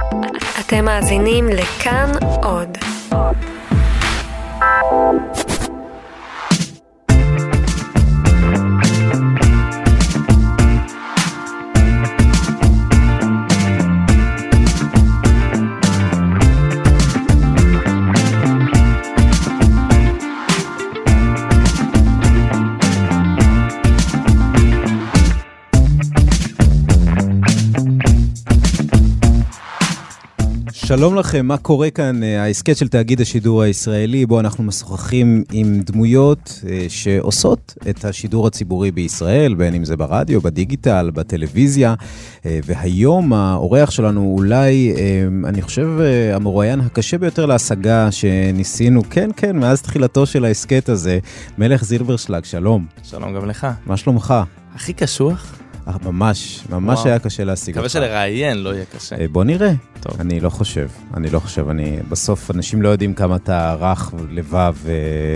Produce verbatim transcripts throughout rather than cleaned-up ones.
אתם מאזינים לכאן עוד. שלום לכם, מה קורה כאן? ההסכת של תאגיד השידור הישראלי, בו אנחנו משוחחים עם דמויות שעושות את השידור הציבורי בישראל, בין אם זה ברדיו, בדיגיטל, בטלוויזיה, והיום האורח שלנו אולי, אני חושב, המרואיין הקשה ביותר להשגה שניסינו, כן, כן, מאז תחילתו של ההסכת הזה, מלך זילברשלג, שלום. שלום גם לך. מה שלומך? הכי קשוח. ממש, ממש היה קשה להשיג אותך. מקווה שלראיין לא יהיה קשה. בוא נראה. טוב. אני לא חושב, אני לא חושב, אני, בסוף אנשים לא יודעים כמה אתה רך לבב ו...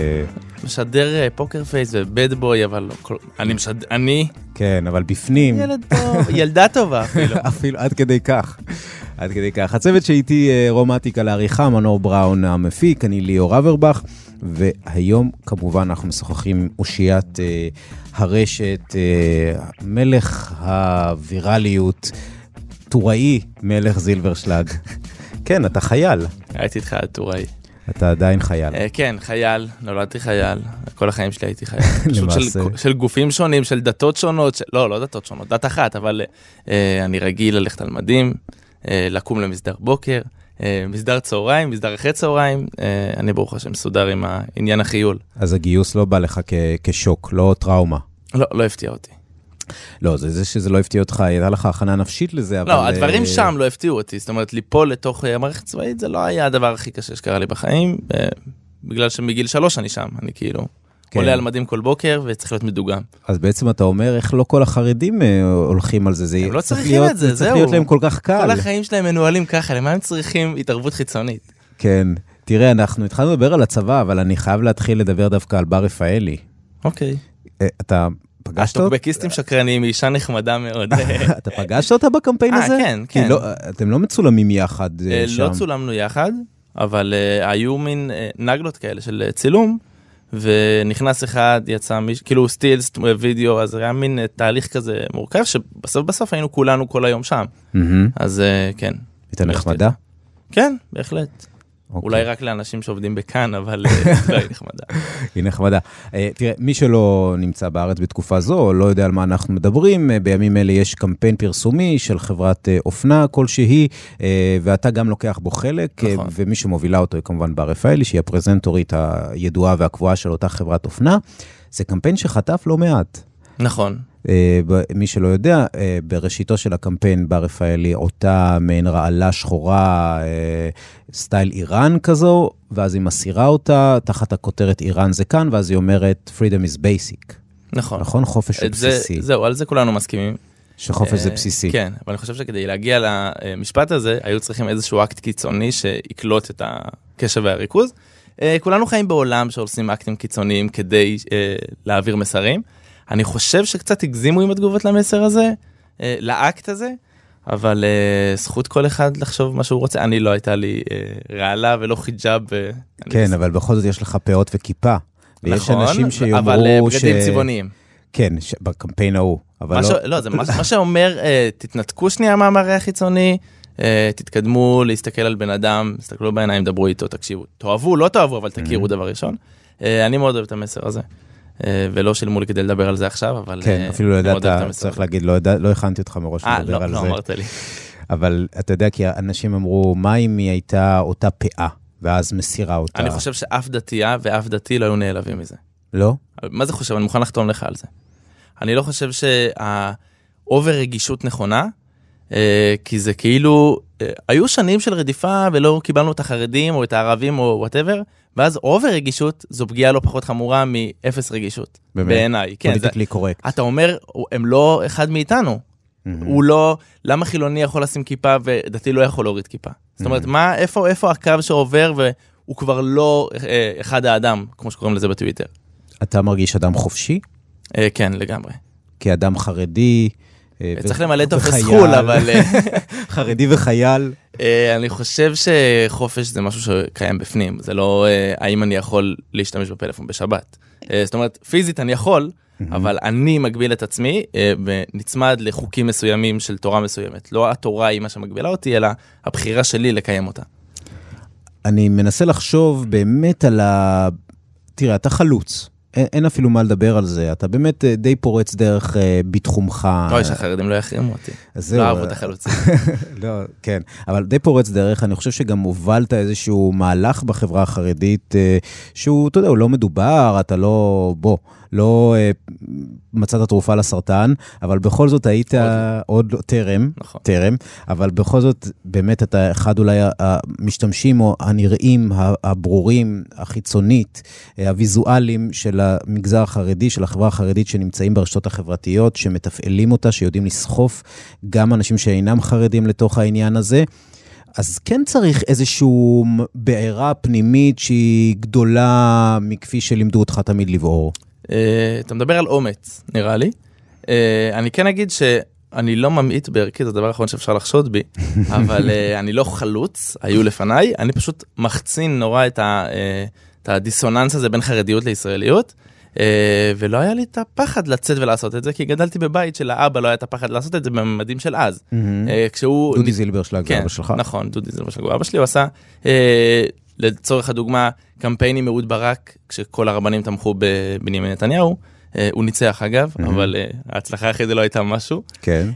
משדר פוקר פייס ובד בוי, אבל אני משדר, אני... כן, אבל בפנים... ילד טוב, ילדה טובה אפילו. אפילו, עד כדי כך. עד כדי כך. הצוות שאיתי רומטיקה לעריכה, מנור בראון המפיק, אני ליאור אברבך, והיום כמובן אנחנו משוחחים אושיית אה, הרשת, אה, מלך הווירליות, טוראי מלך זילברשלג. כן, אתה חייל. הייתי איתך טוראי. אתה עדיין חייל. Uh, כן, חייל, נולדתי חייל, כל החיים שלי הייתי חייל. פשוט של, של גופים שונים, של דתות שונות, של, לא, לא דתות שונות, דת אחת, אבל uh, אני רגיל ללכת על מדים, uh, לקום למסדר בוקר, uh, מסדר צהריים, מסדר אחרי צהריים, uh, אני ברוך השם מסודר עם העניין החיול. אז הגיוס לא בא לך כ- כשוק, לא טראומה. לא, לא הפתיע אותי. לא, זה, זה שזה לא הפתיע אותך, הייתה לך הכנה נפשית לזה, אבל... לא, הדברים שם לא הפתיעו אותי, זאת אומרת, ליפול לתוך המערכת צבאית, זה לא היה הדבר הכי קשה שקרה לי בחיים, בגלל שמגיל שלוש אני שם, אני כאילו כן. עולה על מדים כל בוקר, וצריך להיות מדוגם. אז בעצם אתה אומר, איך לא כל החרדים הולכים על זה? זה הם לא צריכים להיות, את זה, זה זהו. צריך להיות להם כל כך קל. כל החיים שלהם מנוהלים ככה, למה הם צריכים התערבות חיצונית? כן, תראה, אנחנו התחלנו לדבר על הצבא, אבל אני חייב להתחיל לדבר דווקא על בר רפאלי. אוקיי. אתה... פגשת אותה? הטוקבקיסטים שקרנים, היא אישה נחמדה מאוד. אתה פגשת אותה בקמפיין הזה? כן, כן. אתם לא מצולמים יחד שם? לא צולמנו יחד, אבל היו מין נגלות כאלה של צילום, ונכנס אחד, יצא מישהו, כאילו סטילס, וידאו, אז היה מין תהליך כזה מורכב, שבסוף בסוף היינו כולנו כל היום שם. אז כן. הייתה נחמדה? כן, בהחלט. אולי רק לאנשים שעובדים בכאן, אבל לא היא נחמדה. היא נחמדה. תראה, מי שלא נמצא בארץ בתקופה זו, לא יודע על מה אנחנו מדברים, בימים אלה יש קמפיין פרסומי של חברת אופנה כלשהי, ואתה גם לוקח בו חלק, ומי שמובילה אותו היא כמובן בר רפאלי, שהיא הפרזנטורית הידועה והקבועה של אותה חברת אופנה. זה קמפיין שחטף לא מעט. נכון. מי שלא יודע, בראשיתו של הקמפיין בר רפאלי, אותה מעין רעלה שחורה, סטייל איראן כזו, ואז היא מסירה אותה, תחת הכותרת איראן זה כאן, ואז היא אומרת, freedom is basic. נכון. נכון? חופש הוא בסיסי. זהו, על זה כולנו מסכימים. שחופש זה בסיסי. כן, אבל אני חושב שכדי להגיע למשפט הזה, היו צריכים איזשהו אקט קיצוני שיקלוט את הקשב והריכוז. כולנו חיים בעולם שעושים אקטים קיצוניים כדי להעביר מסרים. אני חושב שקצת הגזימו עם התגובות למסר הזה, לאקט הזה, אבל זכות כל אחד לחשוב מה שהוא רוצה. אני לא הייתה לי רעלה ולא חיג'אב. כן, אבל בכל זאת יש לך פאות וכיפה. ויש אנשים שיאמרו אבל בגדים צבעוניים. כן, בקמפיין ההוא. לא, זה מה שאומר, תתנתקו שנייה מהמראה החיצוני, תתקדמו להסתכל על בן אדם, תסתכלו בעיניים, דברו איתו, תקשיבו. תאהבו, לא תאהבו, אבל תכירו דבר ראשון. אני מאוד אוהב את המסר הזה. ולא שילמו לי כדי לדבר על זה עכשיו, אבל... כן, אפילו לא ידעת, צריך להגיד, לא הכנתי אותך מראש לדבר על זה. אה, לא, לא אמרת לי. אבל אתה יודע, כי אנשים אמרו, מה אם היא הייתה אותה פאה, ואז מסירה אותה? אני חושב שאף דתייה ואף דתי לא היו נעלבים מזה. לא? מה זה חושב? אני מוכן לחתום לך על זה. אני לא חושב שהאובר רגישות נכונה, כי זה כאילו, היו שנים של רדיפה, ולא קיבלנו את החרדים, או את הערבים, או whatever, ואז אובר רגישות, זו פגיעה לא פחות חמורה מאפס רגישות. בעיניי. פוליטיקלי קורקט. אתה אומר, הם לא אחד מאיתנו. הוא לא, למה חילוני יכול לשים כיפה, ודתי לא יכול להוריד כיפה? זאת אומרת, מה, איפה, איפה הקו שעובר, והוא כבר לא אחד האדם, כמו שקוראים לזה בטוויטר. אתה מרגיש אדם חופשי? כן, לגמרי. כאדם חרדי... צריך למלא טופס חול, אבל... חרדי וחייל. אני חושב שחופש זה משהו שקיים בפנים, זה לא האם אני יכול להשתמש בפלאפון בשבת. זאת אומרת, פיזית אני יכול, אבל אני מגביל את עצמי ונצמד לחוקים מסוימים של תורה מסוימת. לא התורה היא מה שמגבילה אותי, אלא הבחירה שלי לקיים אותה. אני מנסה לחשוב באמת על ה... תראה, אתה חלוץ. אין, אין אפילו מה לדבר על זה. אתה באמת די פורץ דרך אה, בתחומך. אוי, שהחרדים לא יחרימו אותי. לא אהבו את החלוצים. לא, כן. אבל די פורץ דרך. אני חושב שגם הובלת איזשהו מהלך בחברה החרדית, אה, שהוא, אתה יודע, הוא לא מדובר, אתה לא... בוא. לא uh, מצאת תרופה לסרטן, אבל בכל זאת היית עוד, עוד טרם, נכון. טרם, אבל בכל זאת באמת אתה אחד אולי המשתמשים או הנראים, הברורים, החיצונית, הוויזואליים של המגזר החרדי, של החברה החרדית שנמצאים ברשתות החברתיות, שמתפעלים אותה, שיודעים לסחוף גם אנשים שאינם חרדים לתוך העניין הזה. אז כן צריך איזשהו בעירה פנימית שהיא גדולה מכפי שלימדו אותך תמיד לבעור. אתה מדבר על אומץ, נראה לי. אני כן אגיד שאני לא ממעיט בערכי, זה הדבר האחרון שאפשר לחשוד בי, אבל אני לא חלוץ, היו לפניי, אני פשוט מחצין נורא את הדיסוננס הזה בין חרדיות לישראליות, ולא היה לי את הפחד לצאת ולעשות את זה, כי גדלתי בבית של האבא, לא היה את הפחד לעשות את זה בממדים של אז. דודי זילברשלג, אבא שלך. נכון, דודי זילברשלג, אבא שלי, הוא עשה... לצורך הדוגמה, קמפייני מאוד ברק, כשכל הרבנים תמכו בבנימין נתניהו, הוא ניצח אגב, אבל ההצלחה אחרי זה לא הייתה משהו. כן.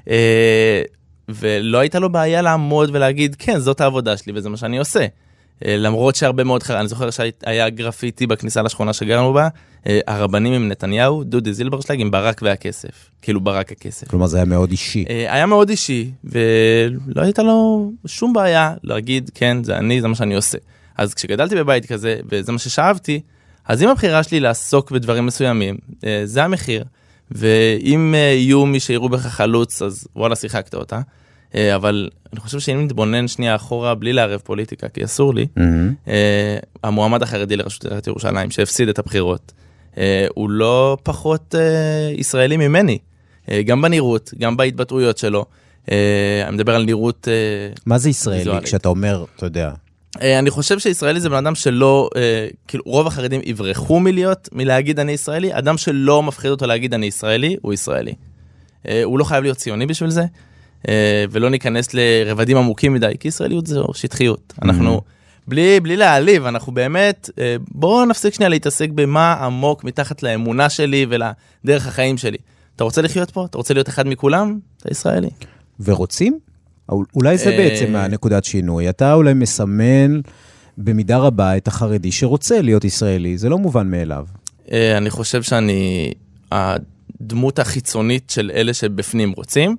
ולא הייתה לו בעיה לעמוד ולהגיד, כן, זאת העבודה שלי וזה מה שאני עושה. למרות שהרבה מאוד, אני זוכר שהיה גרפיטי בכניסה לשכונה שגרנו בה, הרבנים עם נתניהו, דודי זילברשלג עם ברק והכסף. כאילו ברק הכסף. כלומר זה היה מאוד אישי. היה מאוד אישי, ולא הייתה לו שום בעיה להגיד, כן, זה אני, זה מה שאני עושה. אז כשגדלתי בבית כזה, וזה מה ששאבתי, אז אם הבחירה שלי לעסוק בדברים מסוימים, זה המחיר, ואם יהיו מי שיראו בך חלוץ, אז וואלה, שיחקת אותה. אבל אני חושב שאם נתבונן שנייה אחורה, בלי לערב פוליטיקה, כי אסור לי, mm-hmm. המועמד החרדי לראשות עיריית ירושלים, שהפסיד את הבחירות, הוא לא פחות ישראלי ממני, גם בנראות, גם בהתבטאויות שלו. אני מדבר על נראות... מה זה ישראלי? כשאתה אומר, אתה יודע... אני חושב שישראלי זה בן אדם שלא, כאילו רוב החרדים יברחו מלהיות, מלהגיד אני ישראלי, אדם שלא מפחיד אותו להגיד אני ישראלי, הוא ישראלי. הוא לא חייב להיות ציוני בשביל זה, ולא ניכנס לרבדים עמוקים מדי, כי ישראליות זו שטחיות. אנחנו, בלי, בלי להעליב, אנחנו באמת, בואו נפסיק שנייה להתעסק במה עמוק מתחת לאמונה שלי ולדרך החיים שלי. אתה רוצה לחיות פה? אתה רוצה להיות אחד מכולם? אתה ישראלי. ורוצים? אולי זה בעצם הנקודת שינוי. אתה אולי מסמן במידה רבה את החרדי שרוצה להיות ישראלי. זה לא מובן מאליו. אני חושב שאני הדמות החיצונית של אלה שבפנים רוצים,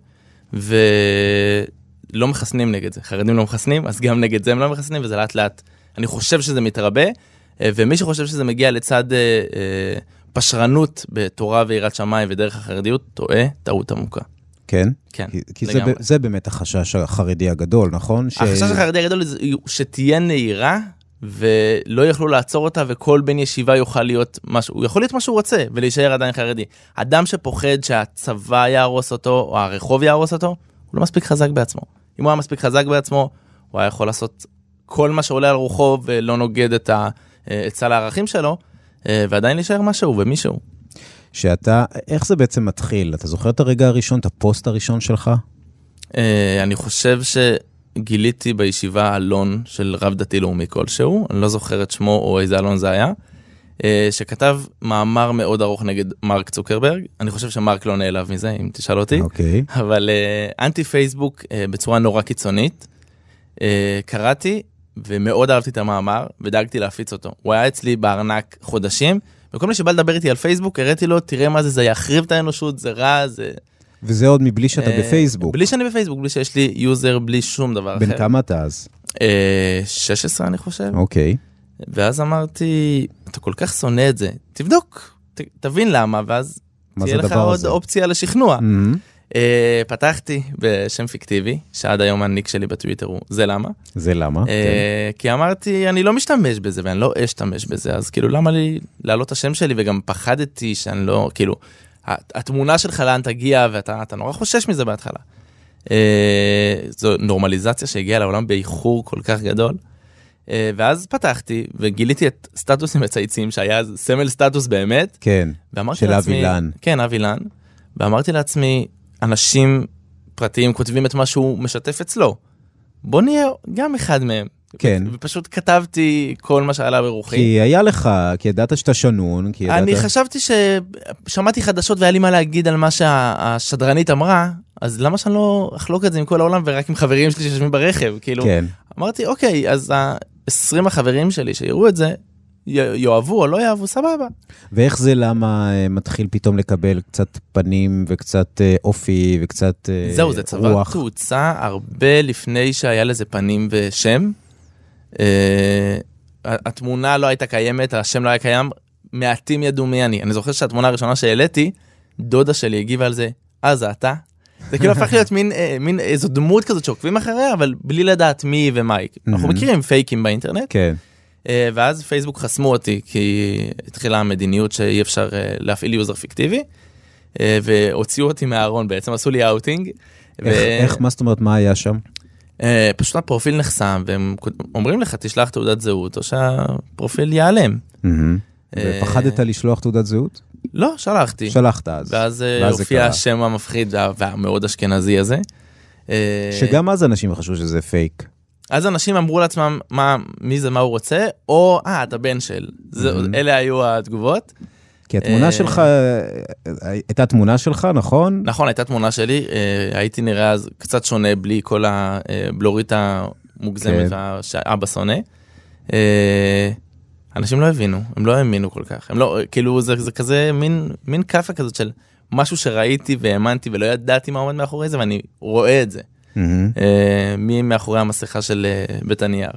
ולא מחסנים נגד זה. חרדים לא מחסנים, אז גם נגד זה הם לא מחסנים, וזה לאט לאט. אני חושב שזה מתרבה, ומי שחושב שזה מגיע לצד פשרנות בתורה ויראת שמיים ודרך החרדיות, טועה, טעות עמוקה. כן? כן. כי, כי זה, זה באמת החשש החרדי הגדול, נכון? ש... החשש החרדי הגדול הוא שתהיה נהירה, ולא יוכלו לעצור אותה, וכל בן ישיבה יוכל להיות משהו, הוא יכול להיות מה שהוא רוצה, ולהישאר עדיין חרדי. אדם שפוחד שהצבא יהרוס אותו, או הרחוב יהרוס אותו, הוא לא מספיק חזק בעצמו. אם הוא היה מספיק חזק בעצמו, הוא היה יכול לעשות כל מה שעולה על רוחו, ולא נוגד את, ה, את סל הערכים שלו, ועדיין להישאר משהו ומישהו. שאתה, איך זה בעצם מתחיל? אתה זוכר את הרגע הראשון, את הפוסט הראשון שלך? אני חושב שגיליתי בישיבה אלון של רב דתי לאומי כלשהו, אני לא זוכר את שמו או איזה אלון זה היה, שכתב מאמר מאוד ארוך נגד מרק צוקרברג. אני חושב שמרק לא נעלב מזה, אם תשאל אותי. אוקיי. אבל אנטי פייסבוק בצורה נורא קיצונית, קראתי ומאוד אהבתי את המאמר ודאגתי להפיץ אותו. הוא היה אצלי בארנק חודשים, וכל מי שבא לדבר איתי על פייסבוק, הראיתי לו, תראה מה זה, זה יחריב את האנושות, זה רע, זה... וזה עוד מבלי שאתה בפייסבוק. בלי שאני בפייסבוק, בלי שיש לי יוזר, בלי שום דבר אחר. בין כמה אתה אז? שש עשרה אני חושב. אוקיי. ואז אמרתי, אתה כל כך שונא את זה, תבדוק, תבין למה, ואז תהיה לך עוד אופציה לשכנוע. פתחתי בשם פיקטיבי, שעד היום הניק שלי בטוויטר הוא, זה למה? זה למה? כי אמרתי, אני לא משתמש בזה, ואני לא אשתמש בזה, אז כאילו, למה לי להעלות את השם שלי, וגם פחדתי שאני לא, כאילו, התמונה שלך לאן תגיע, ואתה נורא חושש מזה בהתחלה. זו נורמליזציה שהגיעה לעולם באיחור כל כך גדול. ואז פתחתי וגיליתי את סטטוסים מצייצים שהיה סמל סטטוס באמת. כן, של אבילן. כן, אבילן. ואמרתי לעצמי, אנשים פרטיים כותבים את מה שהוא משתף אצלו. בוא נהיה גם אחד מהם. כן. ופשוט כתבתי כל מה שעלה ברוחי. כי היה לך, כי ידעת שאתה שנון. כי ידעת... אני חשבתי ששמעתי חדשות והיה לי מה להגיד על מה שהשדרנית אמרה, אז למה שאני לא אחלוק את זה עם כל העולם ורק עם חברים שלי שיושבים ברכב? כאילו, כן. אמרתי, אוקיי, אז ה-עשרים החברים שלי שיראו את זה, יאהבו או לא יאהבו, סבבה. ואיך זה למה מתחיל פתאום לקבל קצת פנים וקצת אופי וקצת רוח? זהו, זה צבר תאוצה הרבה לפני שהיה לזה פנים ושם. התמונה לא הייתה קיימת, השם לא היה קיים, מעטים ידעו מי אני. אני זוכר שהתמונה הראשונה שהעליתי, דודה שלי הגיבה על זה, אה, זה אתה? זה כאילו הפך להיות מין, מין איזו דמות כזאת שעוקבים אחריה, אבל בלי לדעת מי ומה. אנחנו מכירים פייקים באינטרנט. כן. ואז פייסבוק חסמו אותי, כי התחילה המדיניות שאי אפשר להפעיל יוזר פיקטיבי, והוציאו אותי מהארון, בעצם עשו לי אאוטינג. איך, מה זאת אומרת, מה היה שם? פשוט הפרופיל נחסם, והם אומרים לך, תשלח תעודת זהות, או שהפרופיל ייעלם. ופחדת לשלוח תעודת זהות? לא, שלחתי. שלחת אז. ואז הופיע השם המפחיד והמאוד אשכנזי הזה. שגם אז אנשים חשבו שזה פייק. אז אנשים אמרו לעצמם, מה, מי זה, מה הוא רוצה, או, אה, אתה בן של. אלה היו התגובות. כי התמונה שלך, הייתה תמונה שלך, נכון? נכון, הייתה תמונה שלי. הייתי נראה אז קצת שונה, בלי כל הבלורית המוגזמת שהאבא שונא. אנשים לא הבינו, הם לא האמינו כל כך. הם לא, כאילו, זה, זה כזה מין, מין קפה כזאת של משהו שראיתי והאמנתי ולא ידעתי מה עומד מאחורי זה, ואני רואה את זה. מי מאחורי המסכה של בית הנייר.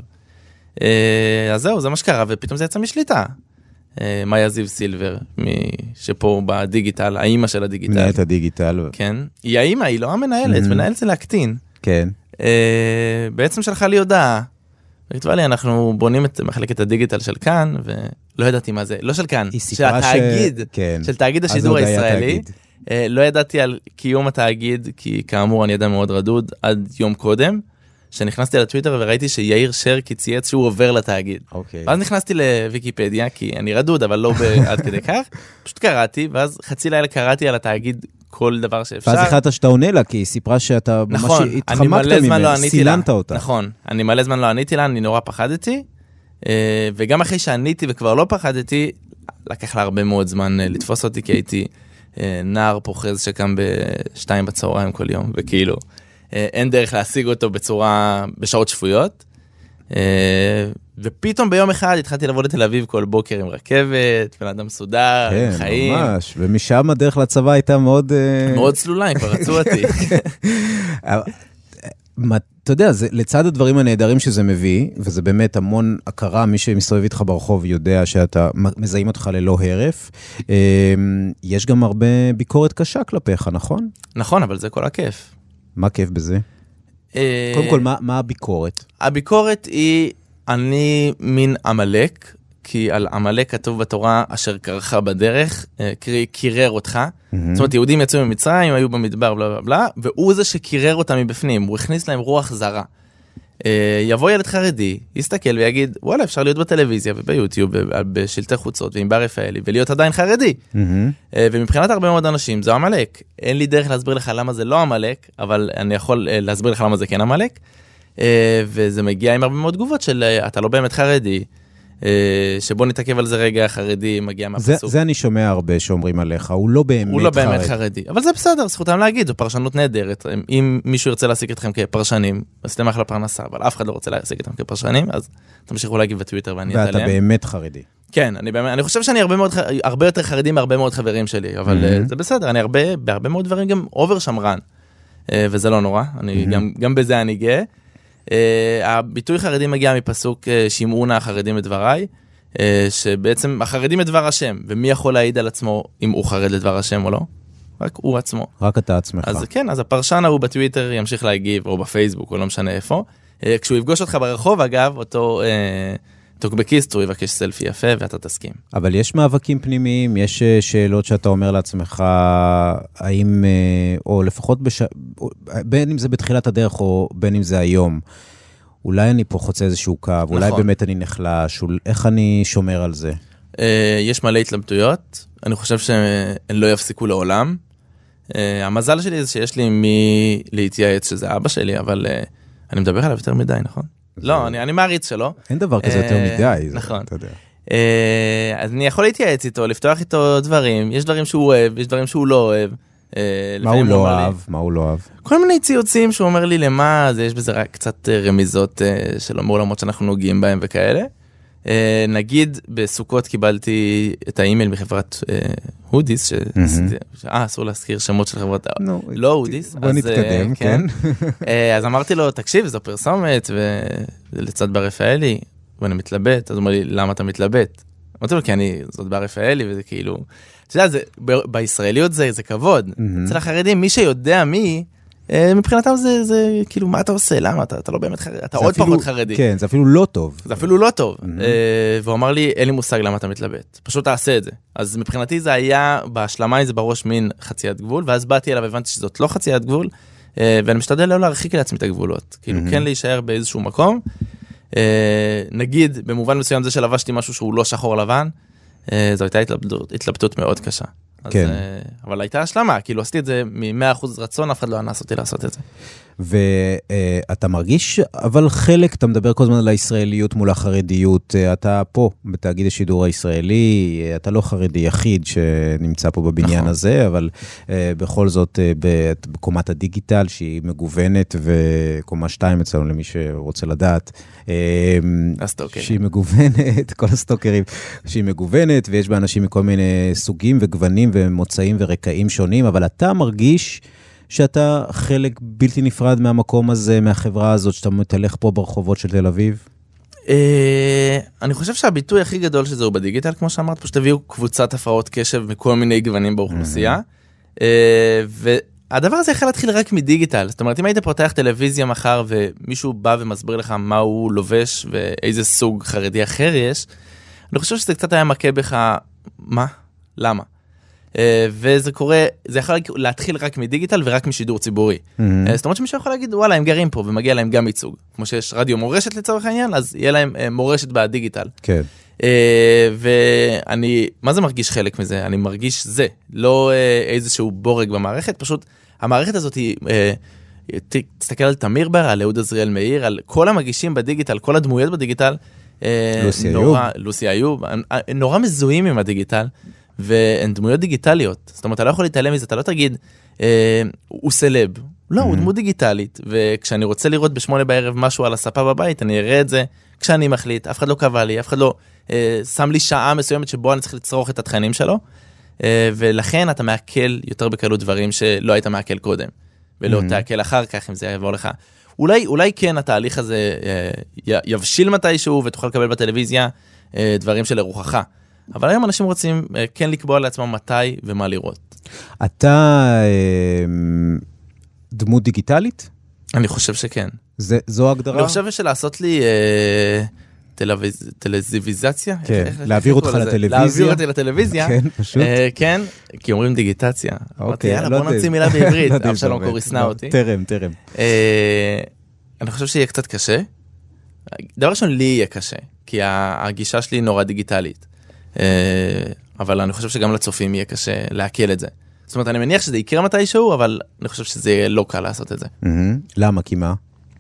אז זהו, זה מה שקרה, ופתאום זה יצא משליטה. מאיה זיו סילבר, שפה בדיגיטל, האימא של הדיגיטל. מנהלת הדיגיטל. כן. היא האימא, היא לא המנהלת, מנהלת זה להקטין. כן. בעצם שלחה לי הודעה, וכתבה לי, אנחנו בונים את מחלקת הדיגיטל של כאן, ולא ידעתי מה זה, לא של כאן, של התאגיד, של תאגיד השידור הישראלי. לא ידעתי על קיום התאגיד, כי כאמור אני אדם מאוד רדוד, עד יום קודם, שנכנסתי לטוויטר וראיתי שיאיר שרקי צייץ שהוא עובר לתאגיד. אוקיי. ואז נכנסתי לוויקיפדיה, כי אני רדוד, אבל לא עד כדי כך. פשוט קראתי, ואז חצי לילה קראתי על התאגיד כל דבר שאפשר. ואז החלטת שאתה עונה לה, כי היא סיפרה שאתה ממש התחמקת ממנה, סילנת אותה. נכון, אני מלא זמן לא עניתי לה, אני נורא פחדתי, וגם אחרי שעניתי וכבר לא פחדתי, לקח לה הרבה מאוד זמן לתפוס אותי, כי הייתי נער פוחז שקם בשתיים בצהריים כל יום, וכאילו, אין דרך להשיג אותו בצורה, בשעות שפויות, ופתאום ביום אחד התחלתי לבוא לתל אביב כל בוקר עם רכבת, בן אדם מסודר, כן, חיים. כן, ממש, ומשם הדרך לצבא הייתה מאוד... מאוד סלולה, הם כבר רצו אותי. אתה יודע, זה, לצד הדברים הנהדרים שזה מביא, וזה באמת המון הכרה, מי שמסתובב איתך ברחוב יודע שאתה מזהים אותך ללא הרף, יש גם הרבה ביקורת קשה כלפיך, נכון? נכון, אבל זה כל הכיף. מה כיף בזה? קודם כל, מה, מה הביקורת? הביקורת היא, אני מין עמלק, כי על עמלק כתוב בתורה אשר קרחה בדרך, קרי, קירר אותך. Mm-hmm. זאת אומרת, יהודים יצאו ממצרים, היו במדבר, בלה בלה בלה, והוא זה שקירר אותם מבפנים, הוא הכניס להם רוח זרה. יבוא ילד חרדי, יסתכל ויגיד, וואלה, אפשר להיות בטלוויזיה וביוטיוב, בשלטי חוצות, ועם בר רפאלי, ולהיות עדיין חרדי. Mm-hmm. ומבחינת הרבה מאוד אנשים, זה עמלק. אין לי דרך להסביר לך למה זה לא עמלק, אבל אני יכול להסביר לך למה זה כן עמלק. וזה מגיע עם הרבה מאוד תגובות של, אתה לא באמת חרדי, שבוא נתעכב על זה רגע, חרדי מגיע מהפסוק. זה, זה אני שומע הרבה שאומרים עליך, הוא לא באמת חרדי. הוא לא באמת חרדי, אבל זה בסדר, זכותם להגיד, זו פרשנות נהדרת. אם מישהו ירצה להשיג אתכם כפרשנים, אז אתם אחלה פרנסה, אבל אף אחד לא רוצה להשיג אתכם כפרשנים, אז תמשיכו להגיב בטוויטר ואני אתעלם. ואתה באמת חרדי. כן, אני באמת, אני חושב שאני הרבה מאוד, הרבה יותר חרדי מהרבה מאוד חברים שלי, אבל mm-hmm. זה בסדר, אני הרבה, בהרבה מאוד דברים גם אובר שמרן, וזה לא נורא, אני, mm-hmm. גם, גם בזה אני גאה. Uh, הביטוי חרדי מגיע מפסוק uh, שמעו נא החרדים את דבריי, uh, שבעצם החרדים את דבר השם, ומי יכול להעיד על עצמו אם הוא חרד לדבר השם או לא? רק הוא עצמו. רק אתה עצמך. אז כן, אז הפרשן הוא בטוויטר ימשיך להגיב, או בפייסבוק, או לא משנה איפה. Uh, כשהוא יפגוש אותך ברחוב, אגב, אותו uh, תוקבקיסט, הוא יבקש סלפי יפה ואתה תסכים. אבל יש מאבקים פנימיים, יש שאלות שאתה אומר לעצמך, האם, או לפחות, בש... בין אם זה בתחילת הדרך או בין אם זה היום, אולי אני פה חוצה איזשהו קו, נכון. אולי באמת אני נחלש, איך אני שומר על זה? יש מלא התלבטויות, אני חושב שהן לא יפסיקו לעולם. המזל שלי זה שיש לי מי להתייעץ, שזה אבא שלי, אבל אני מדבר עליו יותר מדי, נכון? לא, אני מעריץ שלו. אין דבר כזה יותר מדי. נכון. אז אני יכול להתייעץ איתו, לפתוח איתו דברים, יש דברים שהוא אוהב, יש דברים שהוא לא אוהב. מה הוא לא אוהב? מה הוא לא אוהב? כל מיני ציוצים שהוא אומר לי למה, יש בזה רק קצת רמיזות של מעולמות שאנחנו נוגעים בהם וכאלה. נגיד בסוכות קיבלתי את האימייל מחברת הודיס, אה, אסור להזכיר שמות של חברת, לא הודיס. בוא נתקדם, כן. אז אמרתי לו, תקשיב, זו פרסומת, ולצד בר רפאלי, ואני מתלבט, אז הוא אומר לי, למה אתה מתלבט? אמרתי לו, כי אני, זאת בר רפאלי, וזה כאילו, אתה יודע, בישראליות זה כבוד. אצל החרדים, מי שיודע מי, מבחינתם זה, זה, כאילו, מה אתה עושה? למה? אתה, אתה לא באמת חרדי, אתה עוד פחות חרדי. כן, זה אפילו לא טוב. זה אפילו לא טוב. והוא אמר לי, אין לי מושג למה אתה מתלבט. פשוט תעשה את זה. אז מבחינתי זה היה, בהשלמה זה בראש מין חציית גבול, ואז באתי אליו, הבנתי שזאת לא חציית גבול, ואני משתדל לא להרחיק לעצמי את הגבולות. כאילו, כן להישאר באיזשהו מקום. נגיד, במובן מסוים זה שלבשתי משהו שהוא לא שחור לבן, זו הייתה התלבטות, התלבטות מאוד קשה. כן. אבל הייתה השלמה, כאילו עשיתי את זה מ-מאה אחוז רצון, אף אחד לא אנס אותי לעשות את זה. ואתה מרגיש, אבל חלק, אתה מדבר כל הזמן על הישראליות מול החרדיות, אתה פה, בתאגיד השידור הישראלי, אתה לא חרדי יחיד שנמצא פה בבניין הזה, אבל בכל זאת, בקומת הדיגיטל, שהיא מגוונת, וקומה שתיים אצלנו, למי שרוצה לדעת, שהיא מגוונת, כל הסטוקרים, שהיא מגוונת, ויש בה אנשים מכל מיני סוגים וגוונים, ומוצאים ורקעים שונים, אבל אתה מרגיש שאתה חלק בלתי נפרד מהמקום הזה, מהחברה הזאת, שאתה מתהלך פה ברחובות של תל אביב? אני חושב שהביטוי הכי גדול שזה הוא בדיגיטל, כמו שאמרת, פשוט תביאו קבוצת הפרעות קשב מכל מיני גוונים באוכלוסייה, והדבר הזה יכול להתחיל רק מדיגיטל. זאת אומרת, אם היית פותח טלוויזיה מחר, ומישהו בא ומסביר לך מה הוא לובש, ואיזה סוג חרדי אחר יש, אני חושב שזה קצת היה מכה בך, מה? למה? וזה קורה, זה יכול להתחיל רק מדיגיטל ורק משידור ציבורי. זאת אומרת שמישהו יכול להגיד, וואלה, הם גרים פה ומגיע להם גם ייצוג. כמו שיש רדיו מורשת לצורך העניין, אז יהיה להם מורשת בדיגיטל. כן. ואני, מה זה מרגיש חלק מזה? אני מרגיש זה, לא איזשהו בורג במערכת, פשוט המערכת הזאת היא, תסתכל על תמיר בר, על אהוד עזריאל מאיר, על כל המגישים בדיגיטל, כל הדמויות בדיגיטל, לוסי איוב. לוסי איוב, נורא מזוהים עם הדיגיטל, והן דמויות דיגיטליות. זאת אומרת, אתה לא יכול להתעלם מזה, אתה לא תגיד, אה, הוא סלב. לא, הוא דמות דיגיטלית, וכשאני רוצה לראות בשמונה בערב משהו על הספה בבית, אני אראה את זה כשאני מחליט, אף אחד לא קבע לי, אף אחד לא אה, שם לי שעה מסוימת שבו אני צריך לצרוך את התכנים שלו, אה, ולכן אתה מעכל יותר בקלות דברים שלא היית מעכל קודם, ולא mm-hmm. תעכל אחר כך אם זה יעבור לך. אולי, אולי כן התהליך הזה אה, יבשיל מתישהו, ותוכל לקבל בטלוויזיה אה, דברים של רוחך. אבל היום אנשים רוצים כן לקבוע לעצמם מתי ומה לראות. אתה דמות דיגיטלית? אני חושב שכן. זה, זו הגדרה? אני חושב שלעשות לי טלוויזיזציה. כן, להעביר אותך לטלוויזיה. להעביר אותי לטלוויזיה. כן, פשוט. כן, כי אומרים דיגיטציה. אמרתי, יאללה, בוא נמציא מילה בעברית. אבשלום קור ישנא אותי. תרם, תרם. אני חושב שיהיה קצת קשה. דבר ראשון, לי יהיה קשה, כי הגישה שלי נורא דיגיטלית. אבל אני חושב שגם לצופים יהיה קשה להקל את זה. זאת אומרת, אני מניח שזה יקרה מתישהו, אבל אני חושב שזה יהיה לא קל לעשות את זה. למה? כי מה?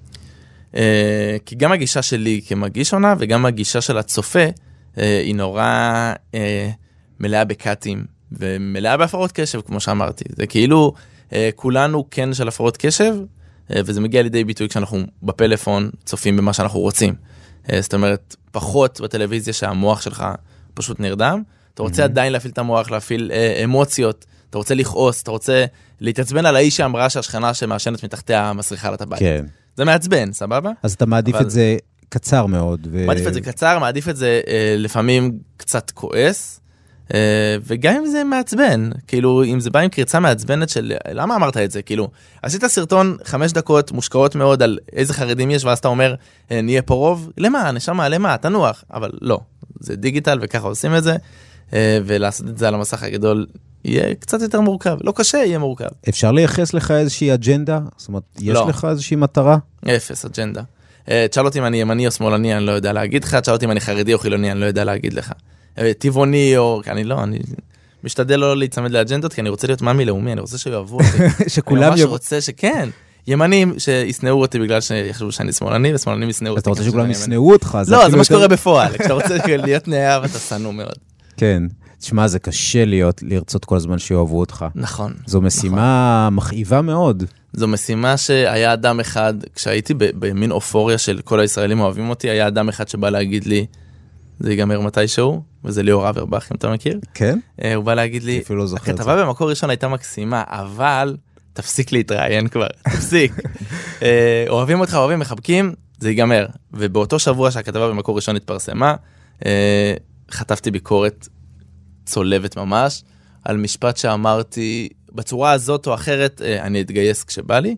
כי גם הגישה שלי כמגיש עונה, וגם הגישה של הצופה, היא נורא מלאה בקאטים, ומלאה בהפרות קשב, כמו שאמרתי. זה כאילו, כולנו כן של הפרות קשב, וזה מגיע לידי ביטוי כשאנחנו בפלאפון צופים במה שאנחנו רוצים. זאת אומרת, פחות בטלוויזיה שהמוח שלך פשוט נרדם, אתה רוצה עדיין להפעיל את המוח, להפעיל אמוציות, אתה רוצה לכעוס, אתה רוצה להתעצבן על האיש שאמרה שהשכנה שמעשנת מתחתיה מסריחה לה את הבית. כן. זה מעצבן, סבבה? אז אתה מעדיף את זה קצר מאוד. מעדיף את זה קצר, מעדיף את זה לפעמים קצת כועס, וגם אם זה מעצבן, כאילו, אם זה בא עם קריצה מעצבנת של, למה אמרת את זה? כאילו, עשית סרטון חמש דקות מושקעות מאוד על איזה חרדים יש, ואז אתה אומר, נהיה פה רוב, למה? נשמה, למה? תנוח. אבל לא, זה דיגיטל וככה עושים את זה, ולעשות את זה על המסך הגדול, יהיה קצת יותר מורכב. לא קשה, יהיה מורכב. אפשר לייחס לך איזושהי אג'נדה? זאת אומרת, יש לא. לך איזושהי מטרה? אפס, אג'נדה. תשאל אותי אם אני ימני או שמאלני, אני לא יודע להגיד לך, תשאל אותי אם אני חרדי או חילוני, אני לא יודע להגיד לך. טבעוני או... אני לא, אני משתדל לא להצמד לאג'נדות, כי אני רוצה להיות מאמי לאומי, אני רוצה שיאהבו אותי. שכולם אני ממש רוצה שכן. ימנים שיסנאו אותי בגלל שיחשבו שאני שמאלני, ושמאלנים יסנאו אותי. אתה רוצה שכולם יסנאו אותך? לא, זה מה שקורה בפועל. כשאתה רוצה להיות נאהב, אתה שנוא מאוד. כן. תשמע, זה קשה להיות, לרצות כל הזמן שיאהבו אותך. נכון. זו משימה מכאיבה מאוד. זו משימה שהיה אדם אחד, כשהייתי במין אופוריה של כל הישראלים אוהבים אותי, היה אדם אחד שבא להגיד לי, זה ייגמר מתישהו, וזה ליאור אברבך, אם אתה מכיר. כן? הוא בא להגיד לי, הכתבה במקור ראשון הייתה מקסימה, אבל תפסיק להתראיין כבר, תפסיק. אוהבים אותך, אוהבים, מחבקים, זה ייגמר. ובאותו שבוע שהכתבה במקור ראשון התפרסמה, חטפתי ביקורת צולבת ממש, על משפט שאמרתי, בצורה הזאת או אחרת, אני אתגייס כשבא לי.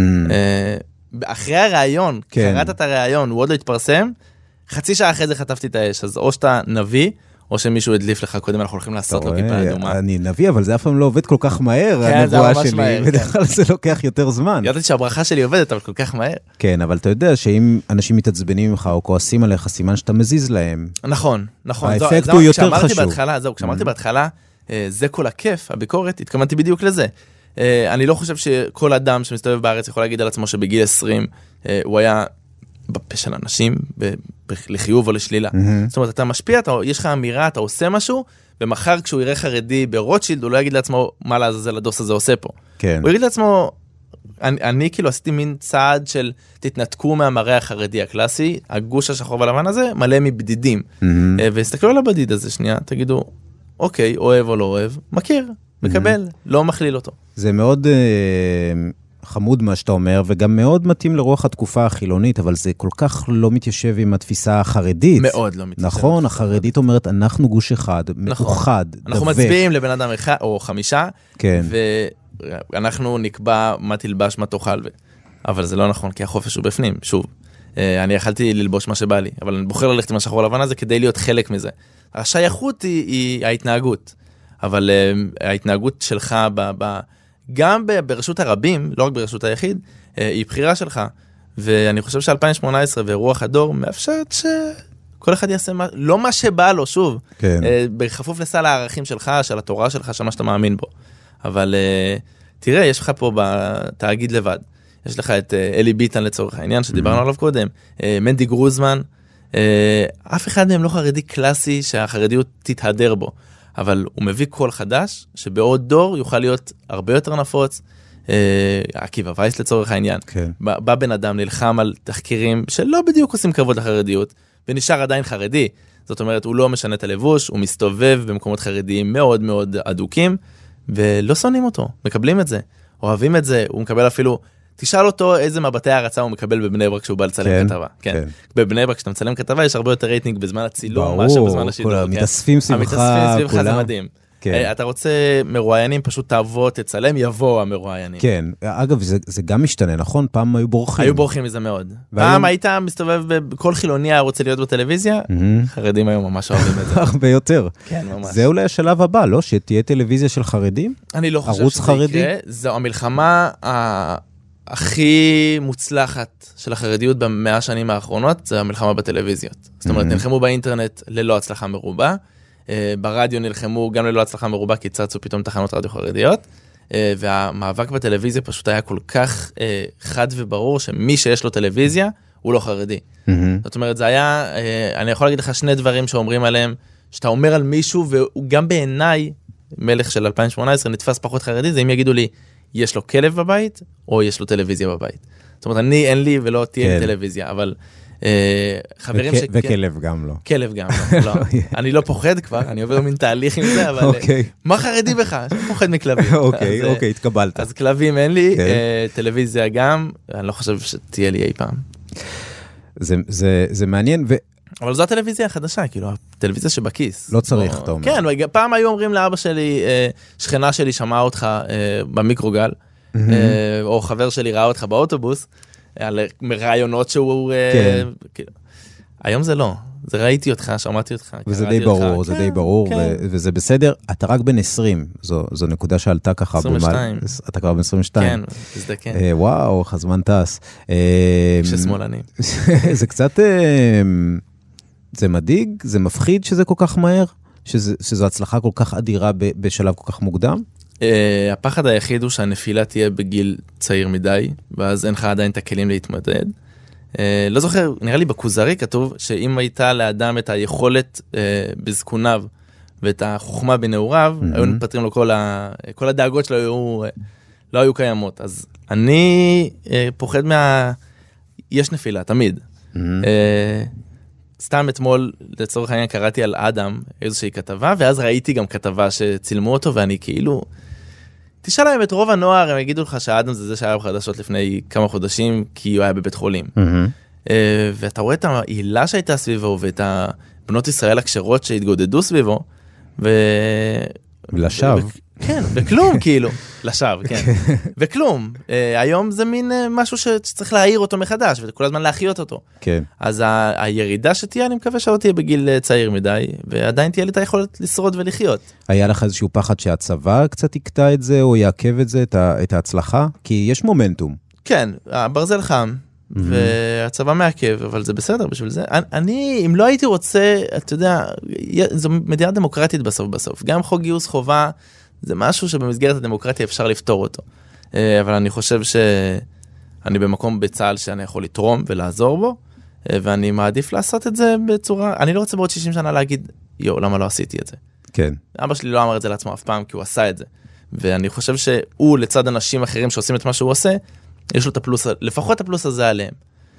אחרי הרעיון, קראת את הרעיון, הוא עוד לא התפרסם, חצי שעה אחרי זה חטפתי את האש, אז או שאתה נביא, או שמישהו הדליף לך קודם, אנחנו הולכים לעשות לו כיפה אדומה. אני נביא, אבל זה אף פעם לא עובד כל כך מהר, הנבואה שלי, בדרך כלל זה לוקח יותר זמן. ידעתי שהברכה שלי עובדת, אבל כל כך מהר. כן, אבל אתה יודע שאם אנשים מתעצבנים ממך, או כועסים עליך, סימן שאתה מזיז להם. נכון, נכון. האפקט הוא יותר חשוב. זהו, כשאמרתי בהתחלה, זה כל הכיף, הביקורת, התכוונתי בדיוק לזה. אני לא חושב שכל אדם שמסתובב בארץ יכול להגיד על עצמו שבגיל עשרים הוא היה בפה של אנשים, לחיוב או לשלילה. זאת אומרת, אתה משפיע, יש לך אמירה, אתה עושה משהו, ומחר כשהוא יראה חרדי ברודשילד, הוא לא יגיד לעצמו, מה לעזאזל הדוס הזה עושה פה. הוא יגיד לעצמו, אני כאילו עשיתי מין צעד של תתנתקו מהמראה החרדי הקלאסי, הגוש השחור והלבן הזה מלא מבדידים. והסתכלו על הבדיד הזה שנייה, תגידו, אוקיי, אוהב או לא אוהב, מכיר, מקבל, לא מכליל אותו. זה מאוד חמוד מה שאתה אומר, וגם מאוד מתאים לרוח התקופה החילונית, אבל זה כל כך לא מתיישב עם התפיסה החרדית. מאוד לא מתיישב. נכון, החרדית אומרת, אנחנו גוש אחד, מאוחד, דבק. אנחנו מצביעים לבן אדם אחד או חמישה, ואנחנו נקבע מה תלבש, מה תאכל. אבל זה לא נכון, כי החופש הוא בפנים, שוב. אני יכלתי ללבוש מה שבא לי, אבל אני בוחר ללכת עם השחור לבן הזה כדי להיות חלק מזה. השייכות היא, היא ההתנהגות, אבל uh, ההתנהגות שלך, ב, ב, גם ב, ברשות הרבים, לא רק ברשות היחיד, uh, היא בחירה שלך. ואני חושב ש-אלפיים שמונה עשרה ורוח הדור מאפשרת שכל אחד יעשה מה, לא מה שבא לו, שוב, כן. uh, בכפוף לסל הערכים שלך, של התורה שלך, של מה שאתה מאמין בו. אבל uh, תראה, יש לך פה בתאגיד לבד, יש לך את uh, אלי ביטן לצורך העניין, שדיברנו עליו קודם, uh, מנדי גרוזמן, Uh, אף אחד מהם לא חרדי קלאסי שהחרדיות תתהדר בו, אבל הוא מביא קול חדש שבעוד דור יוכל להיות הרבה יותר נפוץ. uh, עקיבא וייס לצורך העניין, כן. בא בן אדם נלחם על תחקירים שלא בדיוק עושים כבוד לחרדיות, ונשאר עדיין חרדי. זאת אומרת, הוא לא משנה את הלבוש, הוא מסתובב במקומות חרדיים מאוד מאוד אדוקים, ולא שונאים אותו, מקבלים את זה, אוהבים את זה, הוא מקבל אפילו, תשאל אותו איזה מבטי הערצה הוא מקבל בבני ברק כשהוא בא לצלם כן, כתבה. כן. כן. בבני ברק כשאתה מצלם כתבה יש הרבה יותר רייטינג בזמן הצילום, ברור, מאשר בזמן השידור. כולם, כן. מתאספים סביבך, המתאספים סביבך כולם. זה מדהים. כן. אתה רוצה מרואיינים, פשוט תעבוד, תצלם, יבוא המרואיינים. כן, אגב, זה, זה גם משתנה, נכון? פעם היו בורחים. היו בורחים מזה מאוד. והיום... פעם היית מסתובב, בכל חילוני היה רוצה להיות בטלוויזיה, Mm-hmm. חרדים היום ממש אוהבים את זה. הרבה יותר. כן, ממש. זה אולי השלב הבא, לא? שתהיה טלוויזיה של חרדים? אני לא חושב ערוץ שזה חרדי? יקרה. זו המלחמה ה... הכי מוצלחת של החרדיות במאה השנים האחרונות, זה המלחמה בטלוויזיות. זאת אומרת, נלחמו באינטרנט ללא הצלחה מרובה, ברדיו נלחמו גם ללא הצלחה מרובה, כי צצו פתאום תחנות רדיו חרדיות, והמאבק בטלוויזיה פשוט היה כל כך חד וברור, שמי שיש לו טלוויזיה, הוא לא חרדי. זאת אומרת, זה היה, אני יכול להגיד לך שני דברים שאומרים עליהם, שאתה אומר על מישהו, והוא גם בעיניי, מלך של אלפיים שמונה עשרה, נתפס פחות חרדי, זה אם יגידו לי, יש לו כלב בבית, או יש לו טלוויזיה בבית. זאת אומרת, אני, אין לי ולא תהיה לי טלוויזיה, אבל חברים ש... וכלב גם לא. כלב גם לא. אני לא פוחד כבר, אני עובר מין תהליך עם זה, אבל מה חרדי בך? אני פוחד מכלבים. אוקיי, אוקיי, התקבלת. אז כלבים אין לי, טלוויזיה גם, אני לא חושב שתהיה לי אי פעם. זה מעניין, אבל זו הטלוויזיה החדשה, כאילו, הטלוויזיה שבכיס. לא צריך, אתה אומר. כן, פעם היו אומרים לאבא שלי, שכנה שלי שמעה אותך במיקרוגל, או חבר שלי ראה אותך באוטובוס, על רעיונות שהוא... היום זה לא. זה ראיתי אותך, שמעתי אותך. וזה די ברור, זה די ברור, וזה בסדר. אתה רק בן עשרים, זו נקודה שעלתה ככה. עשרים ושתיים. אתה כבר בן עשרים ושתיים. כן, זה כן. וואו, איך הזמן טס. כששמאלנים. זה קצת, זה מדאיג, זה מפחיד שזה כל כך מהר, שזו הצלחה כל כך אדירה בשלב כל כך מוקדם. הפחד היחיד הוא שהנפילה תהיה בגיל צעיר מדי, ואז אין לך עדיין את הכלים להתמודד. לא זוכר, נראה לי בכוזרי כתוב שאם הייתה לאדם את היכולת בזקוניו ואת החוכמה בנעוריו, היו נפטרים לו כל הדאגות שלו לא היו קיימות. אז אני פוחד מה... יש נפילה, תמיד. סתם אתמול, לצורך העניין, קראתי על אדם איזושהי כתבה, ואז ראיתי גם כתבה שצילמו אותו, ואני כאילו... תשאל להם את רוב הנוער, הם יגידו לך שהאדם זה זה שהיה בחדשות לפני כמה חודשים, כי הוא היה בבית חולים. ואתה רואה את העילה שהייתה סביבו, ואת הבנות ישראל הכשרות שהתגודדו סביבו, ו... לשווא. כן, וכלום כאילו, לשווא, כן. וכלום. היום זה מין משהו שצריך להעיר אותו מחדש, וכל הזמן להחיות אותו. כן. אז הירידה שתהיה, אני מקווה שלא תהיה בגיל צעיר מדי, ועדיין תהיה לי את היכולת לשרוד ולחיות. היה לך איזשהו פחד שהצבא קצת יקטע את זה, או יעכב את זה, את ההצלחה? כי יש מומנטום. כן, הברזל חם, והצבא מעכב, אבל זה בסדר בשביל זה. אני, אם לא הייתי רוצה, אתה יודע, זו מדינה דמוקרטית בסוף בסוף. גם חוק גיוס חובה, זה משהו שבמסגרת הדמוקרטיה אפשר לפתור אותו. אבל אני חושב שאני במקום בצה"ל שאני יכול לתרום ולעזור בו, ואני מעדיף לעשות את זה בצורה, אני לא רוצה בעוד שישים שנה להגיד, יו, למה לא עשיתי את זה? כן. אבא שלי לא אמר את זה לעצמו אף פעם, כי הוא עשה את זה. ואני חושב שהוא, לצד אנשים אחרים שעושים את מה שהוא עושה, יש לו את הפלוס, לפחות את הפלוס הזה עליהם.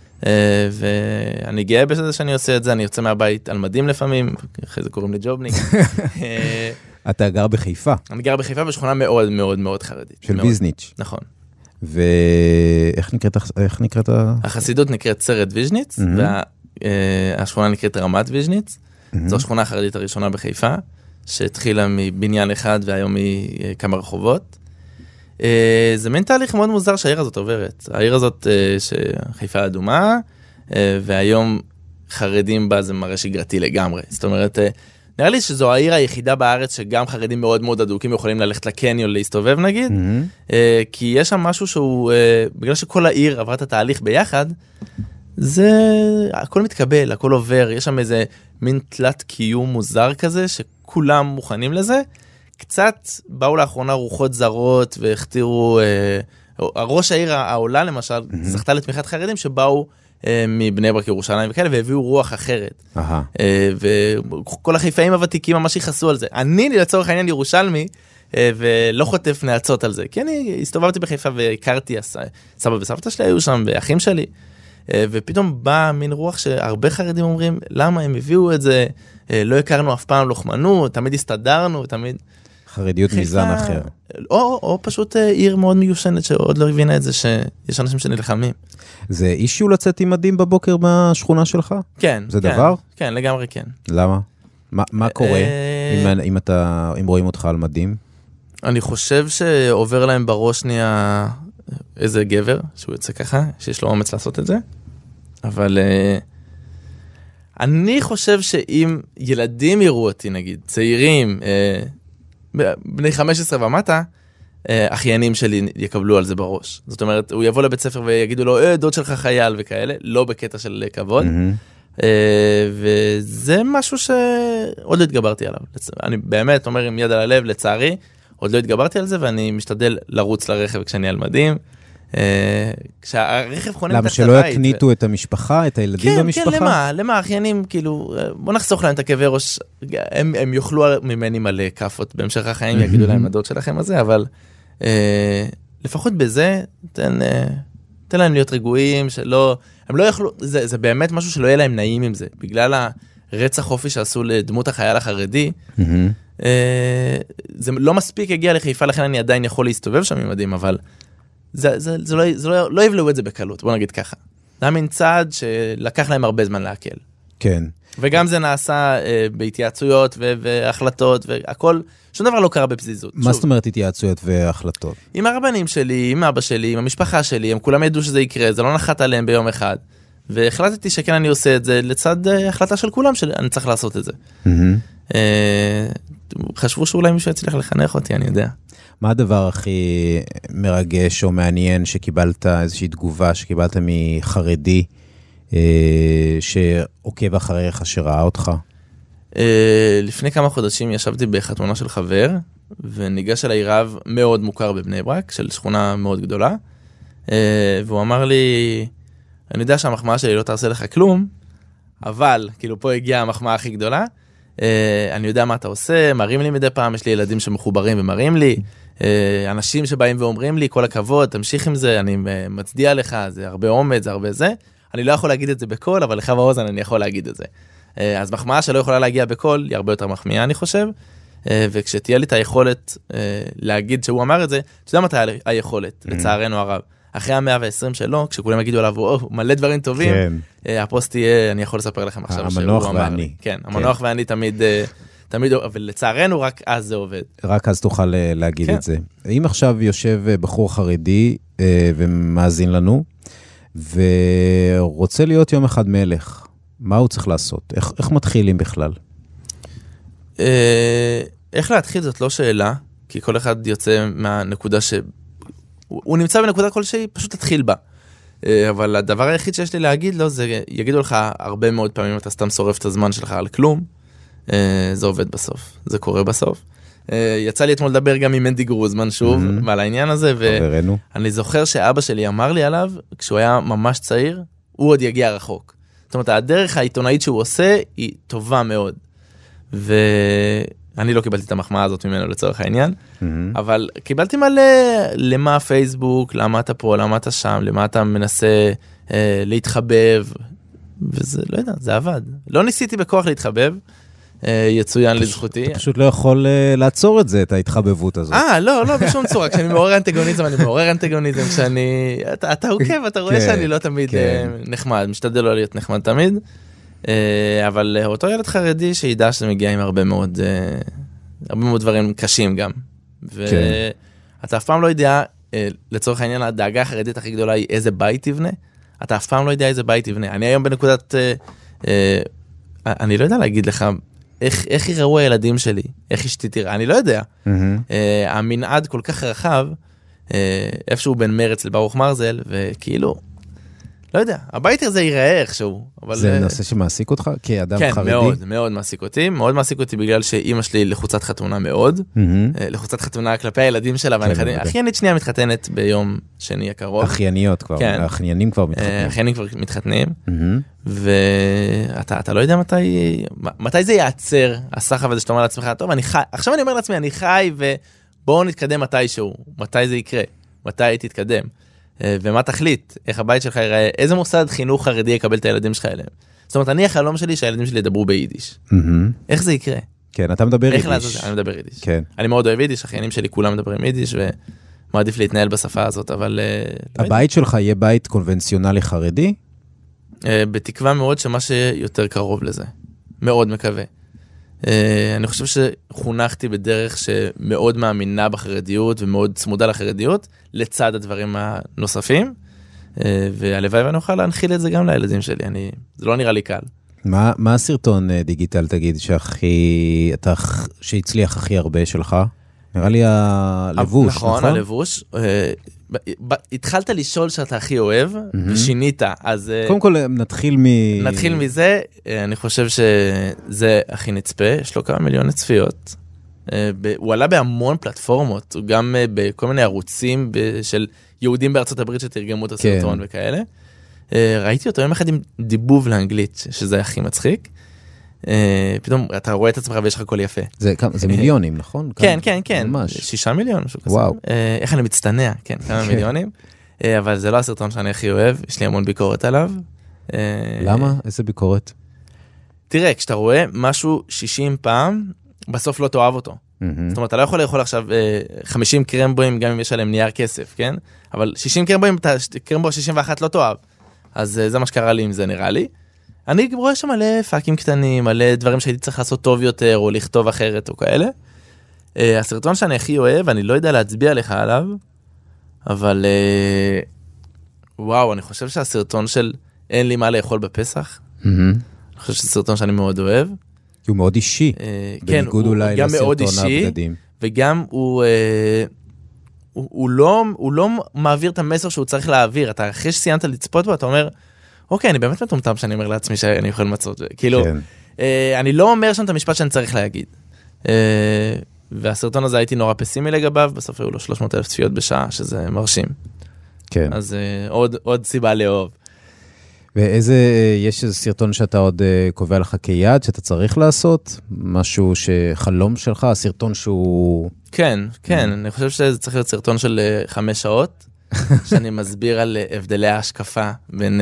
ואני גאה בזה שאני עושה את זה, אני יוצא מהבית על מדים לפעמים, אחרי זה קוראים לי ג'ובניק. אתה גר בחיפה. אני גר בחיפה בשכונה מאוד מאוד מאוד חרדית. של ויזניץ'. נכון. ואיך נקראת, איך נקראת? החסידות נקראת סרט ויז'ניץ, והשכונה נקראת רמת ויז'ניץ. זו השכונה החרדית הראשונה בחיפה, שהתחילה מבניין אחד והיום מכמה רחובות. זה מין תהליך מאוד מוזר שהעיר הזאת עוברת. העיר הזאת שחיפה אדומה, והיום חרדים בה זה מראה שגרתי לגמרי. זאת אומרת, נראה לי שזו העיר היחידה בארץ שגם חרדים מאוד מאוד אדוקים יכולים ללכת לקניון להסתובב נגיד, כי יש שם משהו שהוא, בגלל שכל העיר עברה את התהליך ביחד, זה, הכל מתקבל, הכל עובר, יש שם איזה מין תלת קיום מוזר כזה, שכולם מוכנים לזה, קצת באו לאחרונה רוחות זרות, והכתירו, הראש העיר העולה למשל, זכתה לתמיכת חרדים שבאו, מבני ברק ירושלים וכאלה, והביאו רוח אחרת. וכל החיפאים הוותיקים ממש יכעסו על זה. אני, לצורך העניין, ירושלמי, ולא חוטף נעצות על זה. כי אני הסתובבתי בחיפה והכרתי, סבא וסבתא שלי היו שם, ואחים שלי, ופתאום בא מין רוח שהרבה חרדים אומרים, למה הם הביאו את זה, לא הכרנו אף פעם לוחמנות, תמיד הסתדרנו, תמיד... חרדיות מזן אחר. או, או פשוט עיר מאוד מיושנת שעוד לא הבינה את זה שיש אנשים שנלחמים. זה אישיו לצאת עם מדים בבוקר בשכונה שלך? כן. זה כן, דבר? כן, לגמרי כן. למה? מה, מה קורה אם, אם, אתה, אם רואים אותך על מדים? אני חושב שעובר להם בראש שנייה איזה גבר, שהוא יוצא ככה, שיש לו אומץ לעשות את זה. אבל אני חושב שאם ילדים יראו אותי, נגיד, צעירים, בני חמש עשרה ומטה, אחיינים שלי יקבלו על זה בראש. זאת אומרת, הוא יבוא לבית ספר ויגידו לו, אה, דוד שלך חייל וכאלה, לא בקטע של כבוד. וזה משהו שעוד לא התגברתי עליו. אני באמת אומר עם יד על הלב, לצערי, עוד לא התגברתי על זה, ואני משתדל לרוץ לרכב כשאני על מדים. כשהרכב חונה למה שלא יקניטו את המשפחה, את הילדים במשפחה? כן, כן, למה? למה? אחיינים, כאילו, בוא נחסוך להם את הכאבי ראש, הם יאכלו ממני מלא כפות, בהמשך החיים יגידו להם הדוד שלכם הזה, אבל לפחות בזה, תן להם להיות רגועים, שלא, הם לא יאכלו, זה באמת משהו שלא יהיה להם נעים עם זה, בגלל הרצח חופי שעשו לדמות החייל החרדי, זה לא מספיק הגיע לחיפה, לכן אני עדיין יכול להסתובב שם עם מדים, אבל זה, זה, זה לא, זה לא, לא יבלעו את זה בקלות, בוא נגיד ככה. זה היה מין צעד שלקח להם הרבה זמן להקל. כן. וגם זה נעשה אה, בהתייעצויות ו- והחלטות, והכל, שום דבר לא קרה בפזיזות. מה זאת אומרת התייעצויות והחלטות? עם הרבנים שלי, עם אבא שלי, עם המשפחה שלי, הם כולם ידעו שזה יקרה, זה לא נחת עליהם ביום אחד. והחלטתי שכן אני עושה את זה לצד אה, החלטה של כולם שאני צריך לעשות את זה. Mm-hmm. אה, חשבו שאולי מישהו יצליח לחנך אותי, אני יודע. מה הדבר הכי מרגש או מעניין שקיבלת, איזושהי תגובה שקיבלת מחרדי, שעוקב אחריך, שראה אותך? לפני כמה חודשים ישבתי בחתונה של חבר, וניגש אליי רב מאוד מוכר בבני ברק, של שכונה מאוד גדולה, והוא אמר לי, אני יודע שהמחמאה שלי לא תעשה לך כלום, אבל, כאילו פה הגיעה המחמאה הכי גדולה, אני יודע מה אתה עושה, מראים לי מדי פעם, יש לי ילדים שמחוברים ומראים לי, אנשים שבאים ואומרים לי, כל הכבוד, תמשיך עם זה, אני מצדיע לך, זה הרבה עומד, זה הרבה זה, אני לא יכול להגיד את זה בכל, אבל לך באוזן אני יכול להגיד את זה. אז מחמאה שלא יכולה להגיע בכל, היא הרבה יותר מחמיאה, אני חושב, וכשתהיה לי את היכולת להגיד שהוא אמר את זה, אתה יודע מתי היכולת, לצערנו הרב. אחרי המאה ועשרים שלו, כשכולם יגידו עליו, או, מלא דברים טובים, הפוסט יהיה, אני יכול לספר לכם עכשיו שהוא אמר לי. כן, המנוח ואני תמיד, תמיד, אבל לצערנו רק אז זה עובד. רק אז תוכל להגיד את זה. אם עכשיו יושב בחור חרדי ומאזין לנו, ורוצה להיות יום אחד מלך, מה הוא צריך לעשות? איך, איך מתחילים בכלל? איך להתחיל זאת לא שאלה, כי כל אחד יוצא מהנקודה ש... הוא נמצא בנקודה כלשהי, פשוט תתחיל בה. אבל הדבר היחיד שיש לי להגיד לו, זה יגידו לך הרבה מאוד פעמים, אתה סתם שורף את הזמן שלך על כלום, זה עובד בסוף, זה קורה בסוף. יצא לי אתמול לדבר גם עם מנדי גרוזמן שוב, ועל העניין הזה, ואני זוכר שאבא שלי אמר לי עליו, כשהוא היה ממש צעיר, הוא עוד יגיע רחוק. זאת אומרת, הדרך העיתונאית שהוא עושה, היא טובה מאוד. ואני לא קיבלתי את המחמאה הזאת ממנו לצורך העניין, אבל קיבלתי מלא למה פייסבוק, למה אתה פה, למה אתה שם, למה אתה מנסה להתחבב, וזה, לא יודע, זה עבד. לא ניסיתי בכוח להתחבב, יצוין לזכותי. אתה פשוט לא יכול לעצור את זה, את ההתחבבות הזאת. אה, לא, לא, בשום צורה. כשאני מעורר אנטגוניזם, אני מעורר אנטגוניזם, כשאני... אתה עוקב, אתה רואה שאני לא תמיד נחמד, משתדל לא להיות נחמד תמיד, אבל אותו ילד חרדי שידע שזה מגיע עם הרבה מאוד, הרבה מאוד דברים קשים גם. ואתה אף פעם לא יודע, לצורך העניין, הדאגה החרדית הכי גדולה היא איזה בית תבנה, אתה אף פעם לא יודע איזה בית תבנה. אני היום בנקודת... אני לא יודע להגיד לך איך, איך יראו הילדים שלי, איך אשתי תראה, אני לא יודע. Mm-hmm. Uh, המנעד כל כך רחב, uh, איפשהו בין מרץ לברוך מרזל, וכאילו, לא יודע, הבית הזה ייראה איכשהו. אבל זה uh, נושא שמעסיק אותך כאדם כן, חרדי? כן, מאוד, מאוד מעסיק אותי. מאוד מעסיק אותי בגלל שאימא שלי לחוצת חתונה מאוד, mm-hmm. uh, לחוצת חתונה כלפי הילדים שלה, כן, והנכדים, אחיינית שנייה מתחתנת ביום שני הקרוב. אחייניות כבר, כן. האחיינים כבר מתחתנים. אחיינים כבר מתחתנים. Mm-hmm. ואתה אתה לא יודע מתי מתי זה יעצר הסחף הזה שאתה אומר לעצמך, טוב, אני חי, עכשיו אני אומר לעצמי, אני חי ובואו נתקדם מתישהו, מתי זה יקרה, מתי תתקדם, ומה תחליט, איך הבית שלך ייראה, איזה מוסד חינוך חרדי יקבל את הילדים שלך אליהם. זאת אומרת, אני החלום שלי שהילדים שלי ידברו ביידיש. איך זה יקרה? כן, אתה מדבר יידיש. אני מדבר יידיש. אני מאוד אוהב יידיש, אחיינים שלי כולם מדברים יידיש, ומעדיף להתנהל בשפה הזאת, אבל... הבית שלך יהיה בית קונבנציונלי חרדי? בתקווה מאוד שמה שיותר קרוב לזה. מאוד מקווה. אני חושב שחונכתי בדרך שמאוד מאמינה בחרדיות ומאוד צמודה לחרדיות, לצד הדברים הנוספים, והלוואי ואני אוכל להנחיל את זה גם לילדים שלי. אני, זה לא נראה לי קל. מה, מה הסרטון דיגיטל, תגיד, שהכי, אתה, שהצליח הכי הרבה שלך? נראה לי הלבוש, נכון? נכון, הלבוש. התחלת לשאול שאתה הכי אוהב, ושינית, אז... קודם כל, נתחיל מ... נתחיל מזה, אני חושב שזה הכי נצפה, יש לו כמה מיליון צפיות. הוא עלה בהמון פלטפורמות, גם בכל מיני ערוצים של יהודים בארצות הברית שתרגמו את הסרטון וכאלה. ראיתי אותו יום אחד עם דיבוב לאנגלית, שזה הכי מצחיק. פתאום אתה רואה את עצמך ויש לך קול יפה. זה מיליונים, נכון? כן, כן, כן. שישה מיליון, משהו כזה. וואו. איך אני מצטנע, כן, כמה מיליונים. אבל זה לא הסרטון שאני הכי אוהב, יש לי המון ביקורת עליו. למה? איזה ביקורת? תראה, כשאתה רואה משהו שישים פעם, בסוף לא תאהב אותו. זאת אומרת, אתה לא יכול לאכול עכשיו חמישים קרמבוים, גם אם יש עליהם נייר כסף, כן? אבל שישים קרמבוים, קרמבו שישים ואחת לא תאהב. אז זה מה שקרה לי עם זה, נראה לי. אני רואה שם מלא פאקים קטנים, מלא דברים שהייתי צריך לעשות טוב יותר, או לכתוב אחרת, או כאלה. הסרטון שאני הכי אוהב, אני לא יודע להצביע לך עליו, אבל וואו, אני חושב שהסרטון של אין לי מה לאכול בפסח, אני חושב שזה סרטון שאני מאוד אוהב. הוא מאוד אישי, בניגוד אולי לסרטון הבגדים. וגם הוא... הוא, הוא, לא, הוא לא מעביר את המסר שהוא צריך להעביר. אתה אחרי שסיימת לצפות בו, אתה אומר, אוקיי, אני באמת מטומטם שאני אומר לעצמי שאני אוכל מצות. כאילו, כן. אה, אני לא אומר שם את המשפט שאני צריך להגיד. אה, והסרטון הזה הייתי נורא פסימי לגביו, בסוף היו לו שלוש מאות אלף צפיות בשעה, שזה מרשים. כן. אז אה, עוד, עוד סיבה לאהוב. ואיזה, יש איזה סרטון שאתה עוד קובע לך כיד, שאתה צריך לעשות? משהו שחלום שלך, הסרטון שהוא... כן, כן, אני חושב שזה צריך להיות סרטון של חמש שעות, שאני מסביר על הבדלי ההשקפה בין